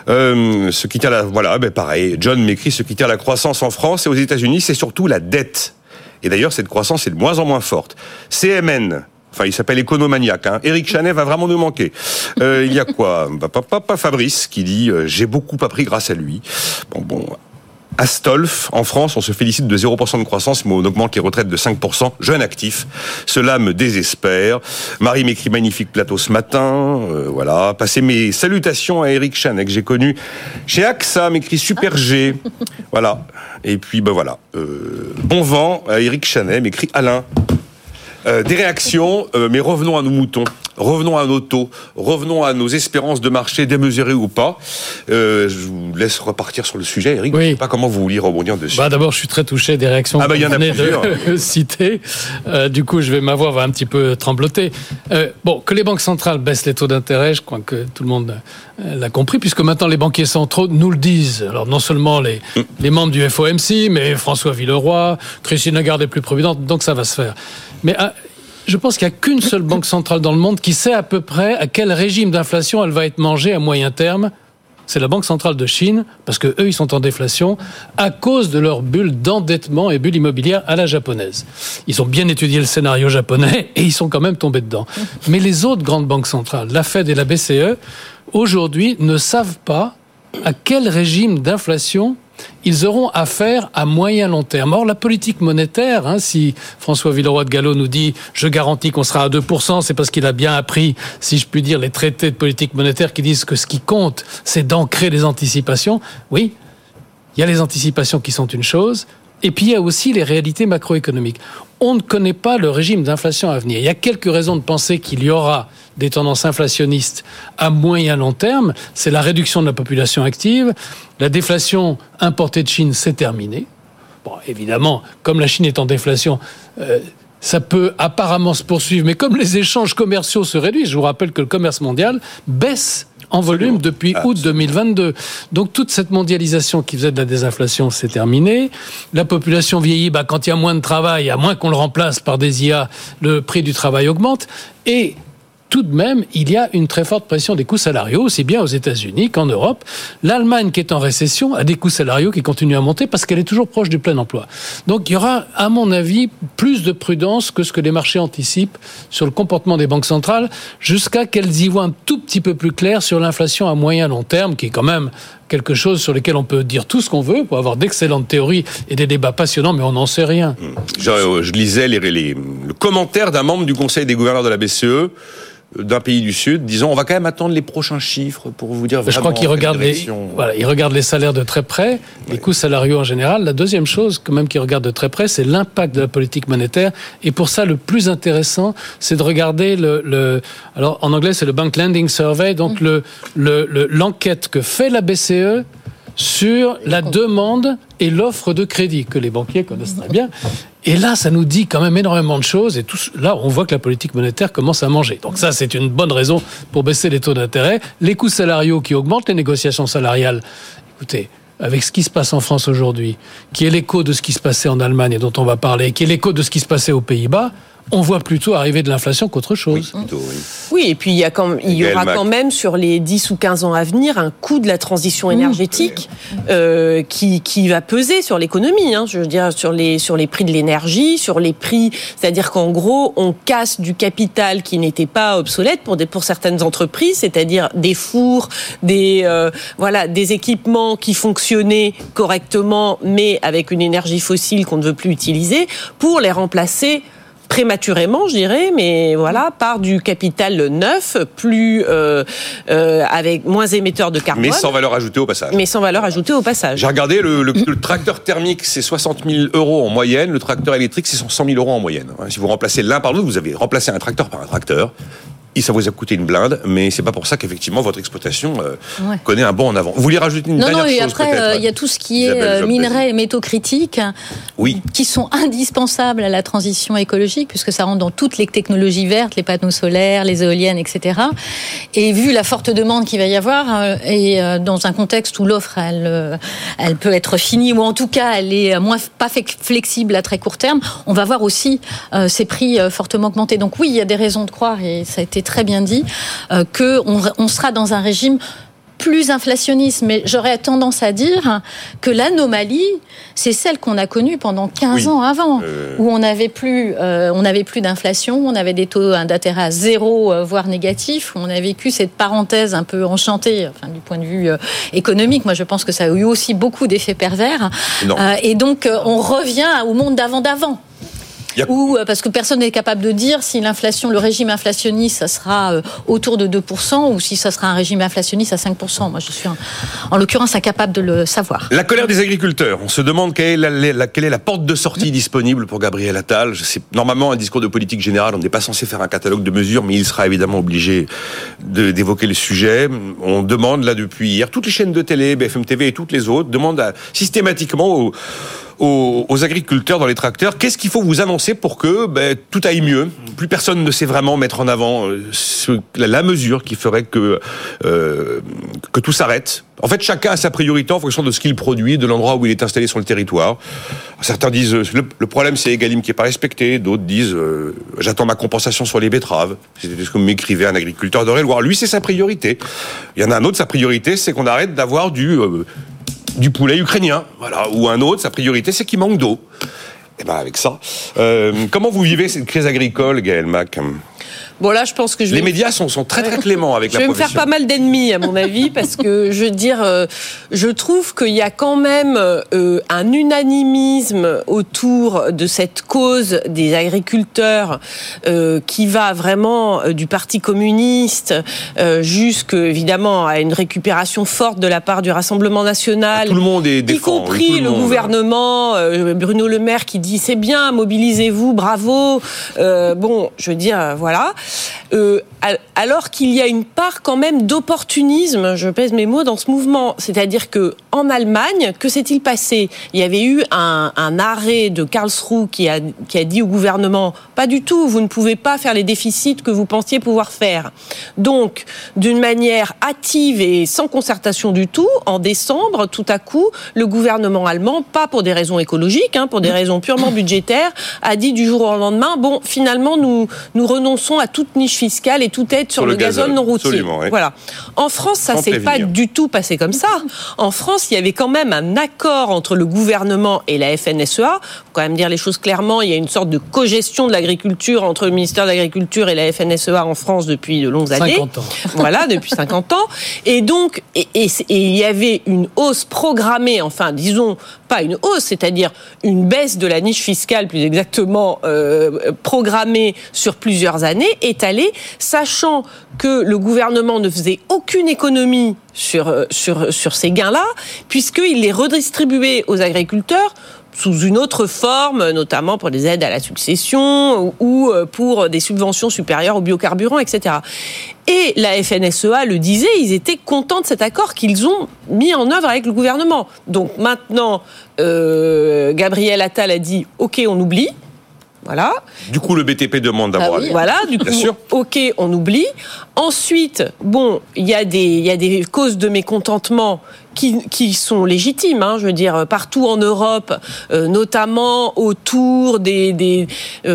ce qui tient pareil. John m'écrit ce qui tient la croissance en France et aux États-Unis, c'est surtout la dette. Et d'ailleurs, cette croissance est de moins en moins forte. CMN. Il s'appelle Économaniac. Éric Chanet va vraiment nous manquer. Il y a quoi ? Fabrice qui dit j'ai beaucoup appris grâce à lui. Bon. Astolf, en France, on se félicite de 0% de croissance, mais on augmente les retraites de 5%. Jeune actif. Cela me désespère. Marie m'écrit magnifique plateau ce matin. Voilà. Passez mes salutations à Éric Chanet, que j'ai connu chez AXA, m'écrit Super G. Voilà. Et puis, voilà. Bon vent à Éric Chanet, m'écrit Alain. Des réactions, mais revenons à nos moutons. Revenons à nos taux, revenons à nos espérances de marché démesurées ou pas. Je vous laisse repartir sur le sujet, Eric. Oui. Je ne sais pas comment vous vouliez rebondir dessus. D'abord, je suis très touché des réactions que vous venez de citer. Du coup, ma voix va un petit peu trembloter. Que les banques centrales baissent les taux d'intérêt, je crois que tout le monde l'a compris, puisque maintenant les banquiers centraux nous le disent. Alors, non seulement les membres du FOMC, mais François Villeroy, Christine Lagarde est plus prudente, donc ça va se faire. Mais je pense qu'il n'y a qu'une seule banque centrale dans le monde qui sait à peu près à quel régime d'inflation elle va être mangée à moyen terme. C'est la Banque centrale de Chine, parce que eux, ils sont en déflation à cause de leur bulle d'endettement et bulle immobilière à la japonaise. Ils ont bien étudié le scénario japonais et ils sont quand même tombés dedans. Mais les autres grandes banques centrales, la Fed et la BCE, aujourd'hui, ne savent pas à quel régime d'inflation ils auront affaire à moyen long terme. Or, la politique monétaire, si François Villeroy de Galhau nous dit « je garantis qu'on sera à 2%, c'est parce qu'il a bien appris, si je puis dire, les traités de politique monétaire qui disent que ce qui compte, c'est d'ancrer les anticipations. Oui, il y a les anticipations qui sont une chose, et puis il y a aussi les réalités macroéconomiques. On ne connaît pas le régime d'inflation à venir. Il y a quelques raisons de penser qu'il y aura des tendances inflationnistes à moyen long terme. C'est la réduction de la population active. La déflation importée de Chine, c'est terminé. Bon, évidemment, comme la Chine est en déflation, ça peut apparemment se poursuivre. Mais comme les échanges commerciaux se réduisent, je vous rappelle que le commerce mondial baisse en volume depuis août 2022. Donc toute cette mondialisation qui faisait de la désinflation, c'est terminé. La population vieillit, quand il y a moins de travail, à moins qu'on le remplace par des IA, le prix du travail augmente. Et tout de même, il y a une très forte pression des coûts salariaux, aussi bien aux États-Unis qu'en Europe. L'Allemagne, qui est en récession, a des coûts salariaux qui continuent à monter parce qu'elle est toujours proche du plein emploi. Donc il y aura, à mon avis, plus de prudence que ce que les marchés anticipent sur le comportement des banques centrales, jusqu'à qu'elles y voient un tout petit peu plus clair sur l'inflation à moyen long terme, qui est quand même quelque chose sur lequel on peut dire tout ce qu'on veut pour avoir d'excellentes théories et des débats passionnants, mais on n'en sait rien. Je lisais le commentaire d'un membre du Conseil des gouverneurs de la BCE d'un pays du Sud, disant on va quand même attendre les prochains chiffres pour vous dire vraiment. Je crois qu'il regarde il regarde les salaires de très près, les coûts salariaux en général. La deuxième chose, quand même, qu'il regarde de très près, c'est l'impact de la politique monétaire. Et pour ça, le plus intéressant, c'est de regarder alors en anglais, c'est le Bank Lending Survey, donc l'enquête que fait la BCE sur la demande et l'offre de crédit, que les banquiers connaissent très bien. Et là, ça nous dit quand même énormément de choses. Et là, on voit que la politique monétaire commence à manger. Donc ça, c'est une bonne raison pour baisser les taux d'intérêt. Les coûts salariaux qui augmentent, les négociations salariales. Écoutez, avec ce qui se passe en France aujourd'hui, qui est l'écho de ce qui se passait en Allemagne et dont on va parler, qui est l'écho de ce qui se passait aux Pays-Bas, on voit plutôt arriver de l'inflation qu'autre chose. Oui, et puis il y aura quand même sur les 10 ou 15 ans à venir un coût de la transition énergétique qui va peser sur l'économie. Je veux dire, sur les prix de l'énergie, sur les prix, c'est-à-dire qu'en gros, on casse du capital qui n'était pas obsolète pour certaines entreprises, c'est-à-dire des fours, des équipements qui fonctionnaient correctement, mais avec une énergie fossile qu'on ne veut plus utiliser, pour les remplacer prématurément, je dirais, mais voilà, par du capital neuf, plus avec moins émetteur de carbone. Mais sans valeur ajoutée au passage. J'ai regardé, le tracteur thermique, c'est 60 000 € en moyenne, le tracteur électrique, c'est 100 000 € en moyenne. Si vous remplacez l'un par l'autre, vous avez remplacé un tracteur par un tracteur. Et ça vous a coûté une blinde, mais c'est pas pour ça qu'effectivement votre exploitation connaît un bond en avant. Vous vouliez rajouter une dernière chose peut-être ? Non, et après, il y a tout ce qui est minerais et métaux critiques, qui sont indispensables à la transition écologique, puisque ça rentre dans toutes les technologies vertes, les panneaux solaires, les éoliennes, etc. Et vu la forte demande qu'il va y avoir, et dans un contexte où l'offre, elle peut être finie, ou en tout cas, elle est pas flexible à très court terme, on va voir aussi ces prix fortement augmenter. Donc oui, il y a des raisons de croire, et ça a été très bien dit, qu'on sera dans un régime plus inflationniste. Mais j'aurais tendance à dire que l'anomalie, c'est celle qu'on a connue pendant 15 ans avant, où on n'avait plus d'inflation, on avait des taux d'intérêt à zéro, voire négatifs, où on a vécu cette parenthèse un peu enchantée, du point de vue économique. Moi, je pense que ça a eu aussi beaucoup d'effets pervers. Et donc, on revient au monde d'avant. Ou parce que personne n'est capable de dire si le régime inflationniste, ça sera autour de 2%, ou si ça sera un régime inflationniste à 5%. Moi, je suis en l'occurrence incapable de le savoir. La colère des agriculteurs. On se demande quelle est la porte de sortie disponible pour Gabriel Attal. Normalement, un discours de politique générale, on n'est pas censé faire un catalogue de mesures, mais il sera évidemment obligé d'évoquer le sujet. On demande là depuis hier, toutes les chaînes de télé, BFM TV et toutes les autres, demandent systématiquement aux agriculteurs dans les tracteurs, qu'est-ce qu'il faut vous annoncer pour que tout aille mieux ? Plus personne ne sait vraiment mettre en avant la mesure qui ferait que tout s'arrête. En fait, chacun a sa priorité en fonction de ce qu'il produit, de l'endroit où il est installé sur le territoire. Certains disent le problème c'est Egalim qui est pas respecté, d'autres disent j'attends ma compensation sur les betteraves. C'était ce que m'écrivait un agriculteur d'Eure-et-Loir. Lui, c'est sa priorité. Il y en a un autre, sa priorité, c'est qu'on arrête d'avoir du poulet ukrainien, ou un autre, sa priorité, c'est qu'il manque d'eau. Et avec ça, comment vous vivez cette crise agricole, Gaël Mac ? Bon, là, je pense que les médias sont très très cléments avec la profession. Je vais me faire pas mal d'ennemis, à mon avis, parce que je trouve qu'il y a quand même un unanimisme autour de cette cause des agriculteurs qui va vraiment du Parti communiste évidemment à une récupération forte de la part du Rassemblement national. Tout le monde est défend, y compris le gouvernement, Bruno Le Maire qui dit c'est bien, mobilisez-vous, bravo. Je veux dire, voilà. Alors qu'il y a une part quand même d'opportunisme, je pèse mes mots, dans ce mouvement. C'est-à-dire que en Allemagne, que s'est-il passé ? Il y avait eu un arrêt de Karlsruhe qui a dit au gouvernement « Pas du tout, vous ne pouvez pas faire les déficits que vous pensiez pouvoir faire ». Donc, d'une manière hâtive et sans concertation du tout, en décembre, tout à coup, le gouvernement allemand, pas pour des raisons écologiques, pour des raisons purement budgétaires, a dit du jour au lendemain « Bon, finalement, nous renonçons à toute niche fiscale et toute aide sur le gazole non routier. Oui. Voilà. En France, ça s'est pas du tout passé comme ça. En France, il y avait quand même un accord entre le gouvernement et la FNSEA. Faut quand même dire les choses clairement. Il y a une sorte de cogestion de l'agriculture entre le ministère de l'Agriculture et la FNSEA en France depuis de longues années. 50 ans. Voilà, depuis 50 ans. Et donc, il y avait une hausse programmée, enfin, disons, pas une hausse, c'est-à-dire une baisse de la niche fiscale, plus exactement, programmée sur plusieurs années, étalée, sachant que le gouvernement ne faisait aucune économie sur ces gains-là, puisqu'il les redistribuait aux agriculteurs sous une autre forme, notamment pour des aides à la succession ou pour des subventions supérieures aux biocarburants, etc. Et la FNSEA le disait, ils étaient contents de cet accord qu'ils ont mis en œuvre avec le gouvernement. Donc maintenant, Gabriel Attal a dit « Ok, on oublie ». Voilà. Du coup, le BTP demande d'avoir... Voilà, du coup, ok, on oublie. Ensuite, bon, il y a des causes de mécontentement qui sont légitimes, hein, je veux dire, partout en Europe, notamment autour des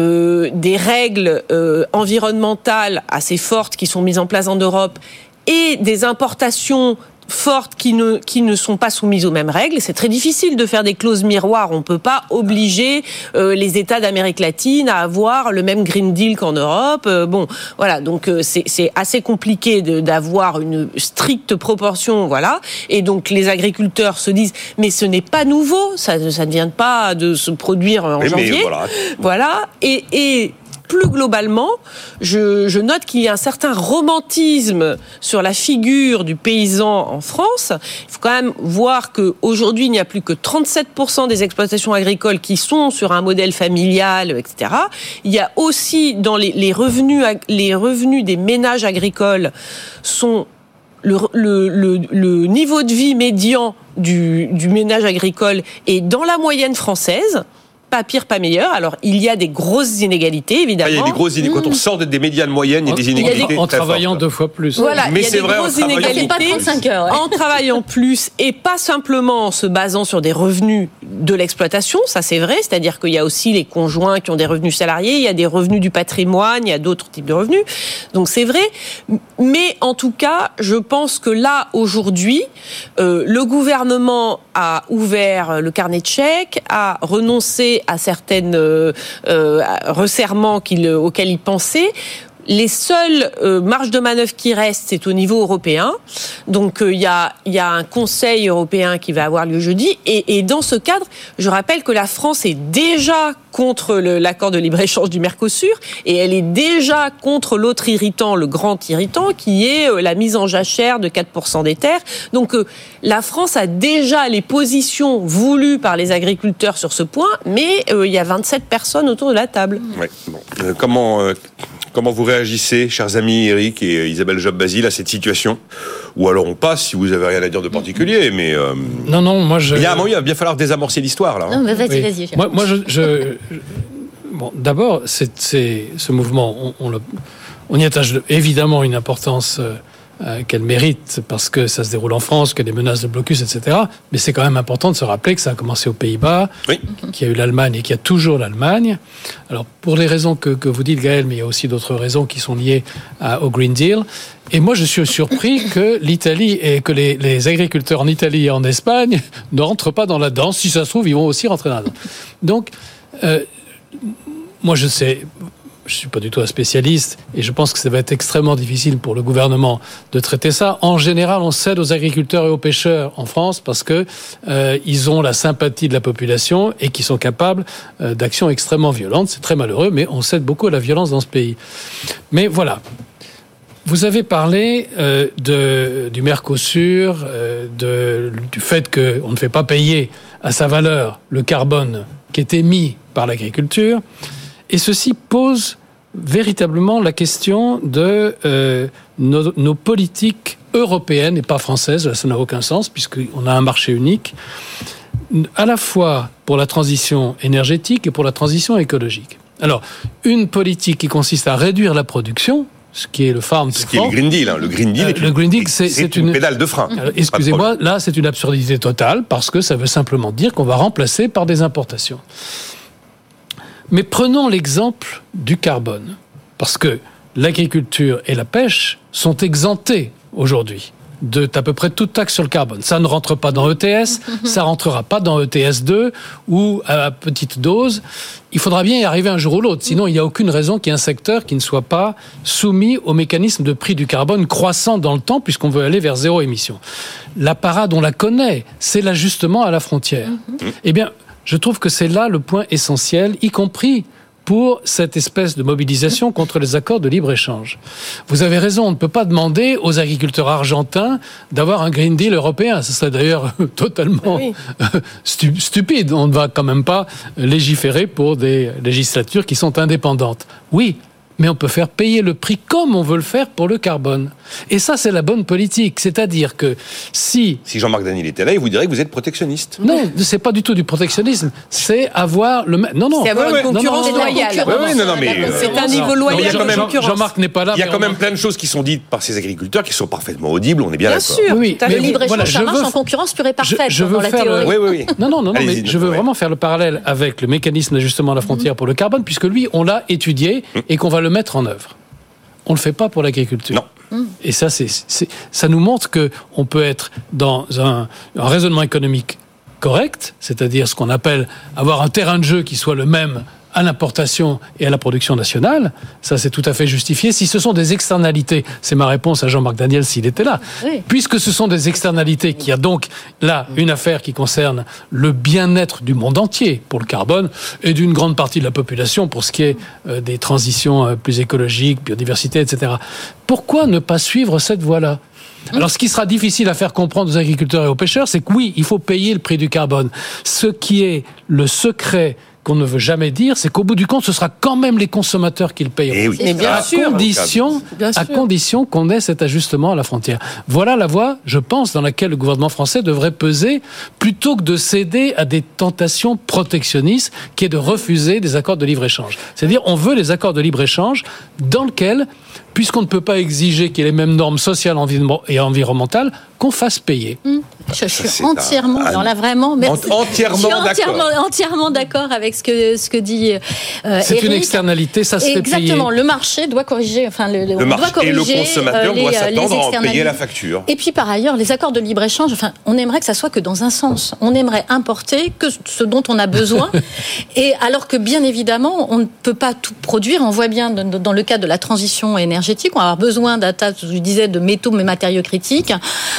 règles environnementales assez fortes qui sont mises en place en Europe et des importations fortes qui ne sont pas soumises aux mêmes règles. C'est très difficile de faire des clauses miroirs. On ne peut pas obliger les États d'Amérique latine à avoir le même Green Deal qu'en Europe. Bon, voilà, donc c'est assez compliqué d'avoir une stricte proportion, voilà. Et donc les agriculteurs se disent, mais ce n'est pas nouveau, ça ne vient pas de se produire en janvier. Voilà. Et plus globalement, je note qu'il y a un certain romantisme sur la figure du paysan en France. Il faut quand même voir qu'aujourd'hui, il n'y a plus que 37% des exploitations agricoles qui sont sur un modèle familial, etc. Il y a aussi dans les revenus des ménages agricoles sont le niveau de vie médian du ménage agricole est dans la moyenne française. Pas pire, pas meilleur. Alors, il y a des grosses inégalités, évidemment. Il y a des grosses inégalités. Quand on sort des médianes moyennes, il y a des inégalités. En travaillant 2 fois plus. Voilà, mais il y a c'est des vrai, grosses inégalités. Pas 35 heures. Ouais. En travaillant plus et pas simplement en se basant sur des revenus de l'exploitation, ça c'est vrai. C'est-à-dire qu'il y a aussi les conjoints qui ont des revenus salariés, il y a des revenus du patrimoine, il y a d'autres types de revenus. Donc c'est vrai. Mais en tout cas, je pense que là, aujourd'hui, le gouvernement a ouvert le carnet de chèques, a renoncé à certaines resserrements auxquels il pensait. Les seules marges de manœuvre qui restent, c'est au niveau européen. Donc il y a un Conseil européen qui va avoir lieu jeudi. Et dans ce cadre, je rappelle que la France est déjà contre l'accord de libre-échange du Mercosur et elle est déjà contre l'autre irritant, le grand irritant, qui est la mise en jachère de 4% des terres. Donc la France a déjà les positions voulues par les agriculteurs sur ce point, mais il y a 27 personnes autour de la table. Ouais, bon. Comment vous réagissez, chers amis Eric et Isabelle Job-Bazile, à cette situation ? Ou alors on passe, si vous avez rien à dire de particulier, mais... Non, moi je... Il va bien falloir désamorcer l'histoire, là. Non, mais vas-y. Moi, bon, d'abord, c'est ce mouvement, on y attache évidemment une importance qu'elle mérite, parce que ça se déroule en France, qu'il y a des menaces de blocus, etc. Mais c'est quand même important de se rappeler que ça a commencé aux Pays-Bas, qu'il y a eu l'Allemagne et qu'il y a toujours l'Allemagne. Alors, pour les raisons que vous dites, Gaël, mais il y a aussi d'autres raisons qui sont liées au Green Deal. Et moi, je suis surpris que l'Italie et que les agriculteurs en Italie et en Espagne ne rentrent pas dans la danse. Si ça se trouve, ils vont aussi rentrer dans la danse. Donc, moi, je sais... Je ne suis pas du tout un spécialiste et je pense que ça va être extrêmement difficile pour le gouvernement de traiter ça. En général, on cède aux agriculteurs et aux pêcheurs en France parce que ils ont la sympathie de la population et qu'ils sont capables d'actions extrêmement violentes. C'est très malheureux, mais on cède beaucoup à la violence dans ce pays. Mais voilà. Vous avez parlé du Mercosur, du fait qu'on ne fait pas payer à sa valeur le carbone qui est émis par l'agriculture. Et ceci pose véritablement la question de nos politiques européennes et pas françaises. Ça n'a aucun sens puisqu'on a un marché unique, à la fois pour la transition énergétique et pour la transition écologique. Alors, une politique qui consiste à réduire la production, ce qui est le farm to fork. Ce qui est le Green Deal. Le Green Deal, c'est une pédale de frein. Alors, excusez-moi, là, c'est une absurdité totale parce que ça veut simplement dire qu'on va remplacer par des importations. Mais prenons l'exemple du carbone, parce que l'agriculture et la pêche sont exemptées aujourd'hui d'à peu près toute taxe sur le carbone. Ça ne rentre pas dans ETS, ça rentrera pas dans ETS2 ou à petite dose. Il faudra bien y arriver un jour ou l'autre. Sinon, il n'y a aucune raison qu'il y ait un secteur qui ne soit pas soumis au mécanisme de prix du carbone croissant dans le temps, puisqu'on veut aller vers zéro émission. La parade, on la connaît, c'est l'ajustement à la frontière. Eh bien, je trouve que c'est là le point essentiel, y compris pour cette espèce de mobilisation contre les accords de libre-échange. Vous avez raison, on ne peut pas demander aux agriculteurs argentins d'avoir un Green Deal européen. Ce serait d'ailleurs totalement stupide. On ne va quand même pas légiférer pour des législatures qui sont indépendantes. Oui, mais on peut faire payer le prix comme on veut le faire pour le carbone. Et ça, c'est la bonne politique. C'est-à-dire que si Jean-Marc Daniel était là, il vous dirait que vous êtes protectionniste. Non, c'est pas du tout du protectionnisme. C'est avoir le... C'est avoir une concurrence loyale. C'est un niveau loyal de concurrence. Jean-Marc n'est pas là. Il y a quand même plein de choses qui sont dites par ces agriculteurs qui sont parfaitement audibles, on est bien d'accord. Bien sûr, oui, le libre-échange, ça marche en concurrence pure et parfaite dans la théorie. Oui. Non, mais je veux vraiment faire le parallèle avec le mécanisme d'ajustement à la frontière pour le carbone, puisque lui, on l'a étudié et qu'on va le mettre en œuvre. On ne le fait pas pour l'agriculture. Non. Et ça, ça nous montre qu'on peut être dans un raisonnement économique correct, c'est-à-dire ce qu'on appelle avoir un terrain de jeu qui soit le même à l'importation et à la production nationale. Ça, c'est tout à fait justifié. Si ce sont des externalités, c'est ma réponse à Jean-Marc Daniel s'il était là. Oui. Puisque ce sont des externalités, qu'il y a donc là une affaire qui concerne le bien-être du monde entier pour le carbone et d'une grande partie de la population pour ce qui est des transitions plus écologiques, biodiversité, etc. Pourquoi ne pas suivre cette voie-là ? Alors, ce qui sera difficile à faire comprendre aux agriculteurs et aux pêcheurs, c'est que oui, il faut payer le prix du carbone. Ce qui est le secret qu'on ne veut jamais dire, c'est qu'au bout du compte, ce sera quand même les consommateurs qui le payeront. Oui. Mais bien sûr. À condition qu'on ait cet ajustement à la frontière. Voilà la voie, je pense, dans laquelle le gouvernement français devrait peser, plutôt que de céder à des tentations protectionnistes, qui est de refuser des accords de libre-échange. C'est-à-dire, on veut les accords de libre-échange dans lesquels, puisqu'on ne peut pas exiger qu'il y ait les mêmes normes sociales et environnementales, qu'on fasse payer. Je suis entièrement, alors là vraiment, merci. Entièrement d'accord avec ce que dit c'est Éric. Une externalité, ça se fait payer. Exactement, le marché doit corriger, le marché et le consommateur doit s'attendre à payer la facture. Et puis par ailleurs, les accords de libre-échange, on aimerait que ça soit que dans un sens. On aimerait importer que ce dont on a besoin. Et alors que bien évidemment, on ne peut pas tout produire. On voit bien dans le cadre de la transition énergétique, on va avoir besoin je disais, de métaux, mais matériaux critiques.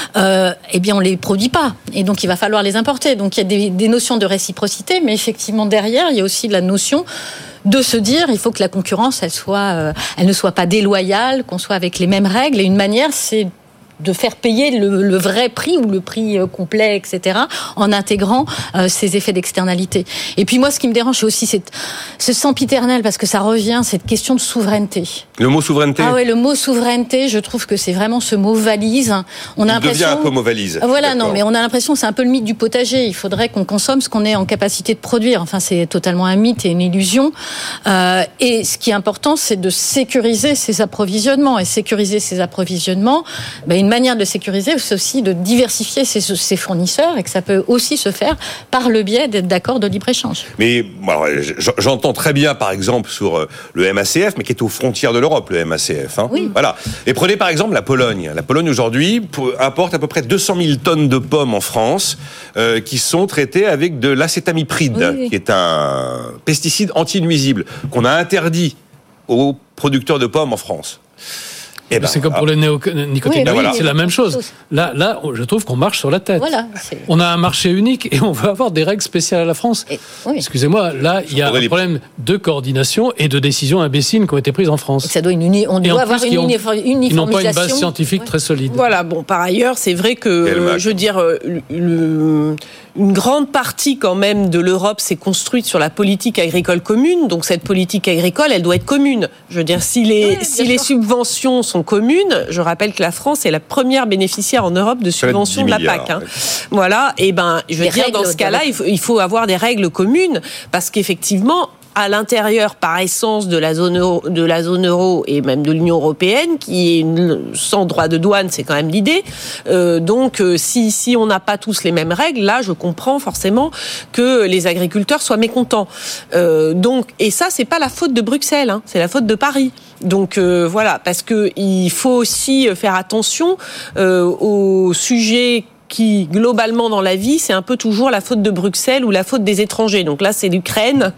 Eh bien, on les produit pas. Et donc, il va falloir les importer. Donc, il y a des notions de réciprocité, mais effectivement, derrière, il y a aussi la notion de se dire, il faut que la concurrence, elle ne soit pas déloyale, qu'on soit avec les mêmes règles. Et une manière, c'est de faire payer le vrai prix ou le prix complet, etc., en intégrant ces effets d'externalité. Et puis moi, ce qui me dérange, c'est aussi ce sempiternel, parce que ça revient, cette question de souveraineté. Le mot souveraineté ? Ah oui, le mot souveraineté, je trouve que c'est vraiment ce mot valise. Il devient un peu mot valise. Voilà, d'accord. Non, mais on a l'impression que c'est un peu le mythe du potager. Il faudrait qu'on consomme ce qu'on est en capacité de produire. Enfin, c'est totalement un mythe et une illusion. Et ce qui est important, c'est de sécuriser ces approvisionnements. Et sécuriser ces approvisionnements, une manière de sécuriser, c'est aussi de diversifier ses fournisseurs, et que ça peut aussi se faire par le biais d'accords de libre-échange. Mais j'entends très bien, par exemple, sur le MACF, mais qui est aux frontières de l'Europe, le MACF. Oui. Voilà. Et prenez par exemple la Pologne. La Pologne, aujourd'hui, importe à peu près 200 000 tonnes de pommes en France qui sont traitées avec de l'acétamipride, qui est un pesticide anti-nuisible qu'on a interdit aux producteurs de pommes en France. C'est comme pour les néonicotinoïdes, c'est la même chose. Là, je trouve qu'on marche sur la tête. Voilà, on a un marché unique et on veut avoir des règles spéciales à la France. Excusez-moi, là, il y a un problème de coordination et de décisions imbéciles qui ont été prises en France. Ça doit on doit avoir une uniformisation. Ils n'ont pas une base scientifique très solide. Voilà, par ailleurs, c'est vrai que, je veux dire, une grande partie quand même de l'Europe s'est construite sur la politique agricole commune. Donc cette politique agricole, elle doit être commune. Je veux dire, si les subventions sont communes, je rappelle que la France est la première bénéficiaire en Europe de subventions de la PAC. Ouais. Voilà, et je veux dire, dans ce cas-là, il faut avoir des règles communes, parce qu'effectivement, à l'intérieur par essence de la zone euro et même de l'Union européenne, qui est sans droit de douane, c'est quand même l'idée. Donc, si on n'a pas tous les mêmes règles, là, je comprends forcément que les agriculteurs soient mécontents. Et ça, c'est pas la faute de Bruxelles, hein, c'est la faute de Paris. Donc voilà, parce que il faut aussi faire attention aux sujets qui, globalement, dans la vie, c'est un peu toujours la faute de Bruxelles ou la faute des étrangers. Donc là, c'est l'Ukraine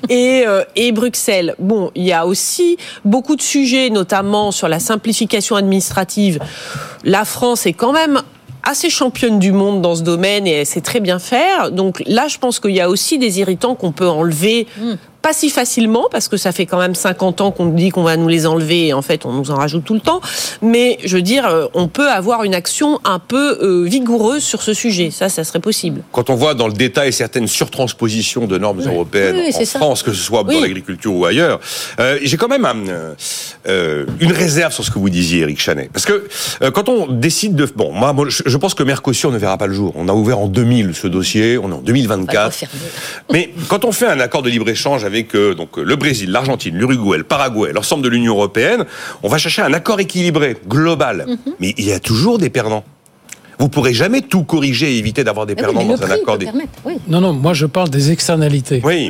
et Bruxelles. Bon, il y a aussi beaucoup de sujets, notamment sur la simplification administrative. La France est quand même assez championne du monde dans ce domaine et elle sait très bien faire. Donc là, je pense qu'il y a aussi des irritants qu'on peut enlever pas si facilement, parce que ça fait quand même 50 ans qu'on nous dit qu'on va nous les enlever et en fait on nous en rajoute tout le temps, mais je veux dire, on peut avoir une action un peu vigoureuse sur ce sujet, ça serait possible. Quand on voit dans le détail certaines surtranspositions de normes européennes en France, que ce soit dans l'agriculture ou ailleurs, j'ai quand même une réserve sur ce que vous disiez, Éric Chanet, parce que quand on décide de... Bon, moi je pense que Mercosur ne verra pas le jour. On a ouvert en 2000 ce dossier, on est en 2024, mais quand on fait un accord de libre-échange avec donc le Brésil, l'Argentine, l'Uruguay, le Paraguay, l'ensemble de l'Union européenne, on va chercher un accord équilibré, global. Mais il y a toujours des perdants. Vous ne pourrez jamais tout corriger et éviter d'avoir des perdants dans un accord. Non, moi je parle des externalités. Oui.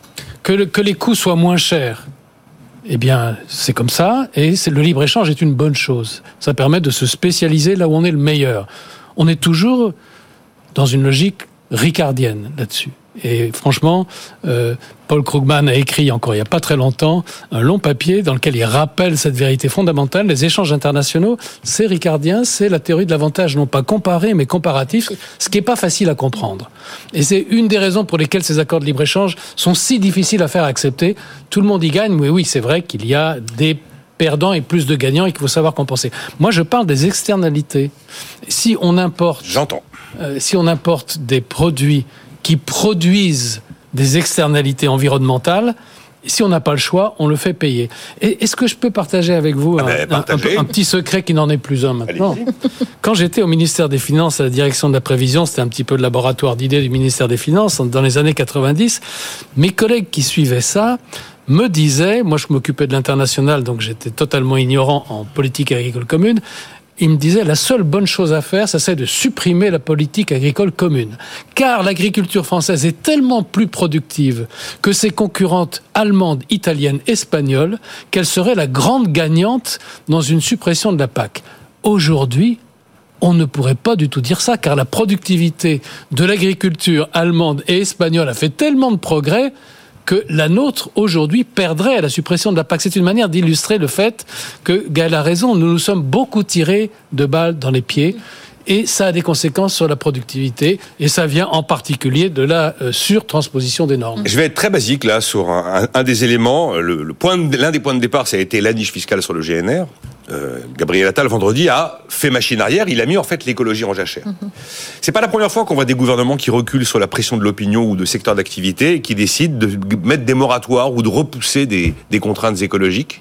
Que les coûts soient moins chers. Eh bien, c'est comme ça, et le libre-échange est une bonne chose. Ça permet de se spécialiser là où on est le meilleur. On est toujours dans une logique ricardienne là-dessus. Et franchement, Paul Krugman a écrit encore il n'y a pas très longtemps un long papier dans lequel il rappelle cette vérité fondamentale. Les échanges internationaux, c'est ricardien, c'est la théorie de l'avantage, non pas comparé, mais comparatif, ce qui n'est pas facile à comprendre. Et c'est une des raisons pour lesquelles ces accords de libre-échange sont si difficiles à faire accepter. Tout le monde y gagne, mais oui, c'est vrai qu'il y a des perdants et plus de gagnants et qu'il faut savoir compenser. Moi, je parle des externalités. Si on importe... J'entends. Si on importe des produits qui produisent des externalités environnementales, si on n'a pas le choix, on le fait payer. Et est-ce que je peux partager avec vous un petit secret qui n'en est plus un maintenant ? Allez. Quand j'étais au ministère des Finances, à la direction de la Prévision, c'était un petit peu le laboratoire d'idées du ministère des Finances, dans les années 90, mes collègues qui suivaient ça me disaient, moi je m'occupais de l'international, donc j'étais totalement ignorant en politique agricole commune, il me disait, la seule bonne chose à faire, ça c'est de supprimer la politique agricole commune. Car l'agriculture française est tellement plus productive que ses concurrentes allemandes, italiennes, espagnoles, qu'elle serait la grande gagnante dans une suppression de la PAC. Aujourd'hui, on ne pourrait pas du tout dire ça, car la productivité de l'agriculture allemande et espagnole a fait tellement de progrès que la nôtre, aujourd'hui, perdrait à la suppression de la PAC. C'est une manière d'illustrer le fait que Gaël a raison, nous nous sommes beaucoup tirés de balles dans les pieds, et ça a des conséquences sur la productivité, et ça vient en particulier de la surtransposition des normes. Je vais être très basique là sur un des éléments. L'un des points de départ, ça a été la niche fiscale sur le GNR. Gabriel Attal, vendredi, a fait machine arrière. Il a mis en fait l'écologie en jachère. C'est pas la première fois qu'on voit des gouvernements qui reculent sur la pression de l'opinion ou de secteurs d'activité et qui décident de mettre des moratoires ou de repousser des contraintes écologiques.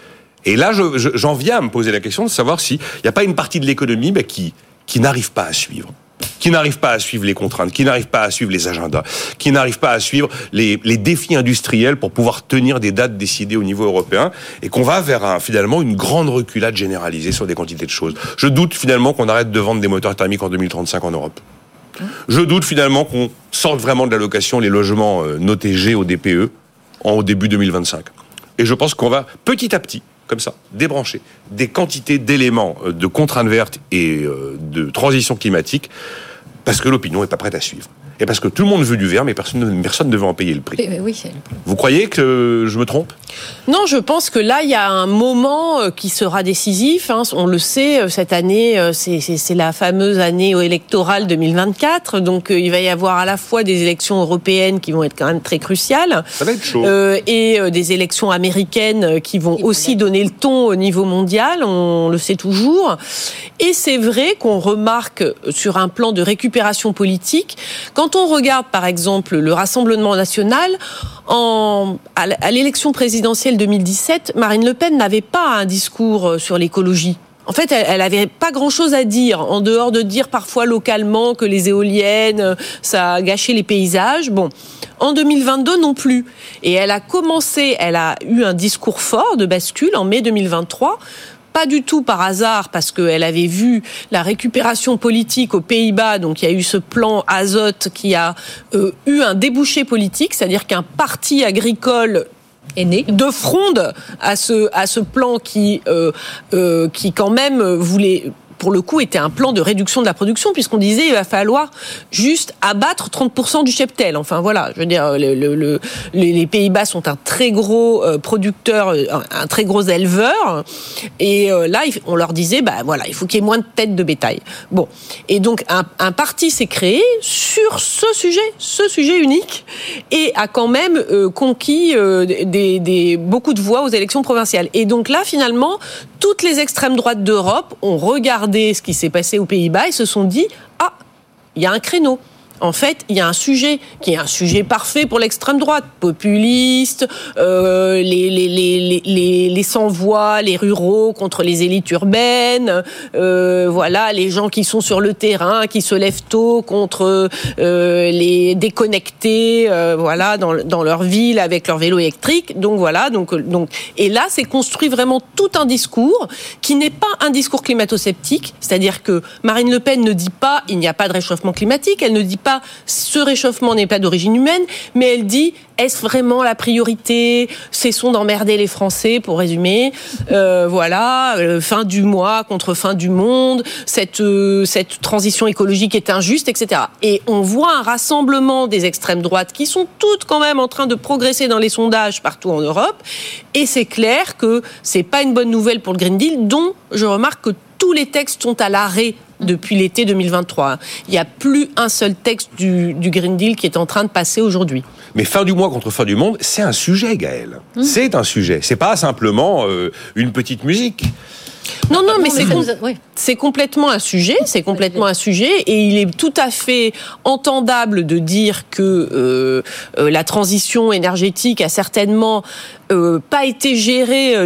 Et là, j'en viens à me poser la question de savoir s'il n'y a pas une partie de l'économie qui n'arrive pas à suivre. Qui n'arrive pas à suivre les contraintes, qui n'arrive pas à suivre les agendas, qui n'arrive pas à suivre les défis industriels pour pouvoir tenir des dates décidées au niveau européen, et qu'on va vers finalement une grande reculade généralisée sur des quantités de choses. Je doute finalement qu'on arrête de vendre des moteurs thermiques en 2035 en Europe. Je doute finalement qu'on sorte vraiment de la location les logements notés G au DPE au début 2025. Et je pense qu'on va petit à petit, comme ça, débrancher des quantités d'éléments de contraintes vertes et de transition climatique, parce que l'opinion n'est pas prête à suivre. Et parce que tout le monde veut du vert, mais personne ne veut en payer le prix. Oui, vous croyez que je me trompe ? Non, je pense que là, il y a un moment qui sera décisif. On le sait, cette année, c'est la fameuse année électorale 2024. Donc, il va y avoir à la fois des élections européennes qui vont être quand même très cruciales. Ça va être chaud. Et des élections américaines qui vont aussi donner le ton au niveau mondial. On le sait toujours. Et c'est vrai qu'on remarque sur un plan de récupération politique, quand on regarde, par exemple, le Rassemblement national, à l'élection présidentielle 2017, Marine Le Pen n'avait pas un discours sur l'écologie. en fait, elle avait pas grand-chose à dire, en dehors de dire parfois localement que les éoliennes, ça a gâché les paysages. Bon, en 2022 non plus. Et elle a eu un discours fort de bascule en mai 2023. Pas du tout par hasard, parce qu'elle avait vu la récupération politique aux Pays-Bas. Donc, il y a eu ce plan Azote qui a eu un débouché politique, c'est-à-dire qu'un parti agricole est né de fronde à ce plan qui quand même voulait, pour le coup, était un plan de réduction de la production, puisqu'on disait il va falloir juste abattre 30% du cheptel. Enfin voilà, je veux dire, les Pays-Bas sont un très gros producteur, un très gros éleveur, et là on leur disait il faut qu'il y ait moins de têtes de bétail. Bon, et donc un parti s'est créé sur ce sujet unique, et a quand même conquis beaucoup de voix aux élections provinciales. Et donc là, finalement, toutes les extrêmes droites d'Europe ont regardé ce qui s'est passé aux Pays-Bas et se sont dit il y a un créneau. En fait, il y a un sujet qui est un sujet parfait pour l'extrême droite, populiste, les sans-voix, les ruraux contre les élites urbaines, les gens qui sont sur le terrain, qui se lèvent tôt contre les déconnectés, dans leur ville avec leur vélo électrique. Donc et là, c'est construit vraiment tout un discours qui n'est pas un discours climato-sceptique, c'est-à-dire que Marine Le Pen ne dit pas il n'y a pas de réchauffement climatique, elle ne dit pas ce réchauffement n'est pas d'origine humaine, mais elle dit est-ce vraiment la priorité ? Cessons d'emmerder les Français, pour résumer. Fin du mois contre fin du monde, cette transition écologique est injuste, etc. Et on voit un rassemblement des extrêmes droites qui sont toutes quand même en train de progresser dans les sondages partout en Europe. Et c'est clair que c'est pas une bonne nouvelle pour le Green Deal, dont je remarque que tous les textes sont à l'arrêt depuis l'été 2023. Il n'y a plus un seul texte du Green Deal qui est en train de passer aujourd'hui. Mais fin du mois contre fin du monde, c'est un sujet, Gaëlle. C'est un sujet. C'est pas simplement une petite musique. Non, mais c'est complètement un sujet. C'est complètement un sujet, et il est tout à fait entendable de dire que la transition énergétique a certainement pas été gérée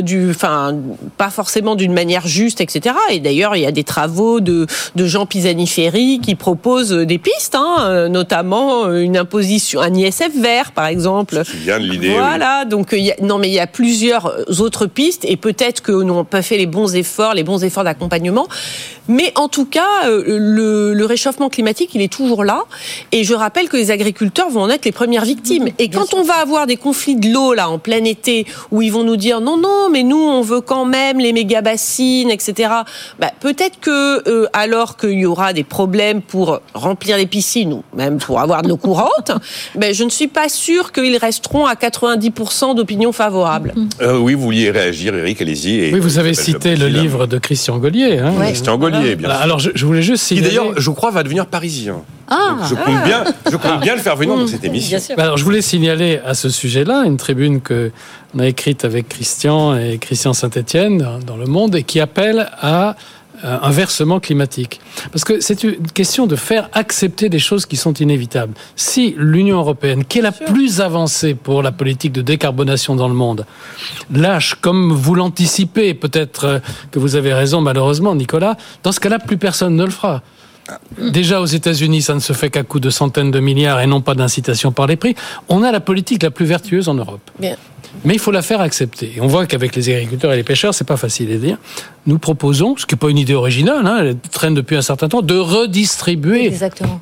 pas forcément d'une manière juste, etc. Et d'ailleurs, il y a des travaux de Jean Pisani-Ferry qui proposent des pistes, notamment une imposition, un ISF vert, par exemple. Je me souviens de l'idée. Voilà. Oui. Donc, il y a plusieurs autres pistes, et peut-être que nous n'avons pas fait les bons efforts d'accompagnement. Mais en tout cas, le réchauffement climatique, il est toujours là. Et je rappelle que les agriculteurs vont en être les premières victimes. Et quand on va avoir des conflits de l'eau, là, en plein été, où ils vont nous dire non, mais nous, on veut quand même les méga-bassines, etc. Peut-être que, alors qu'il y aura des problèmes pour remplir les piscines, ou même pour avoir de l'eau courante, je ne suis pas sûre qu'ils resteront à 90% d'opinion favorable. Oui, vous vouliez réagir, Éric, allez-y. Oui, vous avez cité le livre de Christian Gaulier. Christian Gaulier, bien sûr. Alors, je voulais juste signaler... Qui d'ailleurs, je crois, va devenir parisien. Donc, je compte bien le faire venir dans cette émission. Alors, je voulais signaler à ce sujet-là une tribune qu'on a écrite avec Christian Saint-Étienne dans Le Monde, et qui appelle à un versement climatique. Parce que c'est une question de faire accepter des choses qui sont inévitables. Si l'Union européenne, qui est la plus avancée pour la politique de décarbonation dans le monde, lâche, comme vous l'anticipez, peut-être que vous avez raison malheureusement, Nicolas, dans ce cas-là, plus personne ne le fera. Déjà aux États-Unis, ça ne se fait qu'à coût de centaines de milliards et non pas d'incitation par les prix. On a la politique la plus vertueuse en Europe. Bien. Mais il faut la faire accepter. Et on voit qu'avec les agriculteurs et les pêcheurs, c'est pas facile à dire. Nous proposons, ce qui n'est pas une idée originale, elle traîne depuis un certain temps, de redistribuer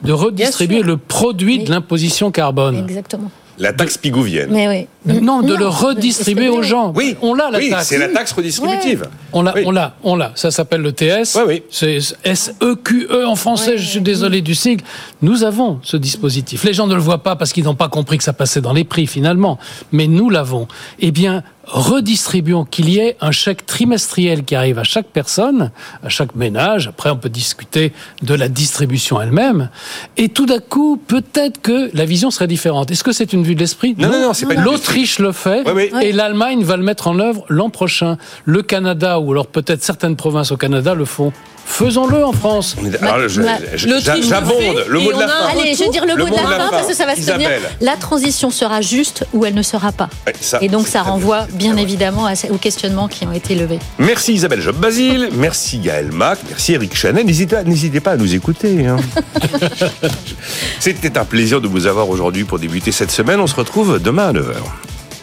le produit de l'imposition carbone. Exactement. La taxe pigouvienne. Mais oui. Non, de le redistribuer aux gens. Oui, on l'a, la taxe. C'est la taxe redistributive. On l'a. Ça s'appelle le TS. Oui. C'est SEQE en français, je suis désolé du sigle. Nous avons ce dispositif. Les gens ne le voient pas parce qu'ils n'ont pas compris que ça passait dans les prix, finalement. Mais nous l'avons. Eh bien, redistribuons, qu'il y ait un chèque trimestriel qui arrive à chaque personne, à chaque ménage. Après, on peut discuter de la distribution elle-même. Et tout d'un coup, peut-être que la vision serait différente. Est-ce que c'est une vue de l'esprit ? Non, c'est pas une vue de l'esprit. L'Autriche le fait, et l'Allemagne va le mettre en œuvre l'an prochain. Le Canada, ou alors peut-être certaines provinces au Canada, le font faisons-le en France. J'abonde le mot de la fin. Allez, je vais dire le mot de la fin parce que ça va se tenir. La transition sera juste ou elle ne sera pas. Et donc ça renvoie bien évidemment aux questionnements qui ont été levés. Merci Isabelle Job-Basile, merci Gaël Mac, merci Eric Chanet. N'hésitez pas à nous écouter. C'était un plaisir de vous avoir aujourd'hui pour débuter cette semaine. On se retrouve demain à 9h.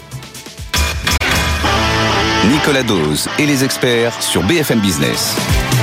Nicolas Dose et les experts sur BFM Business.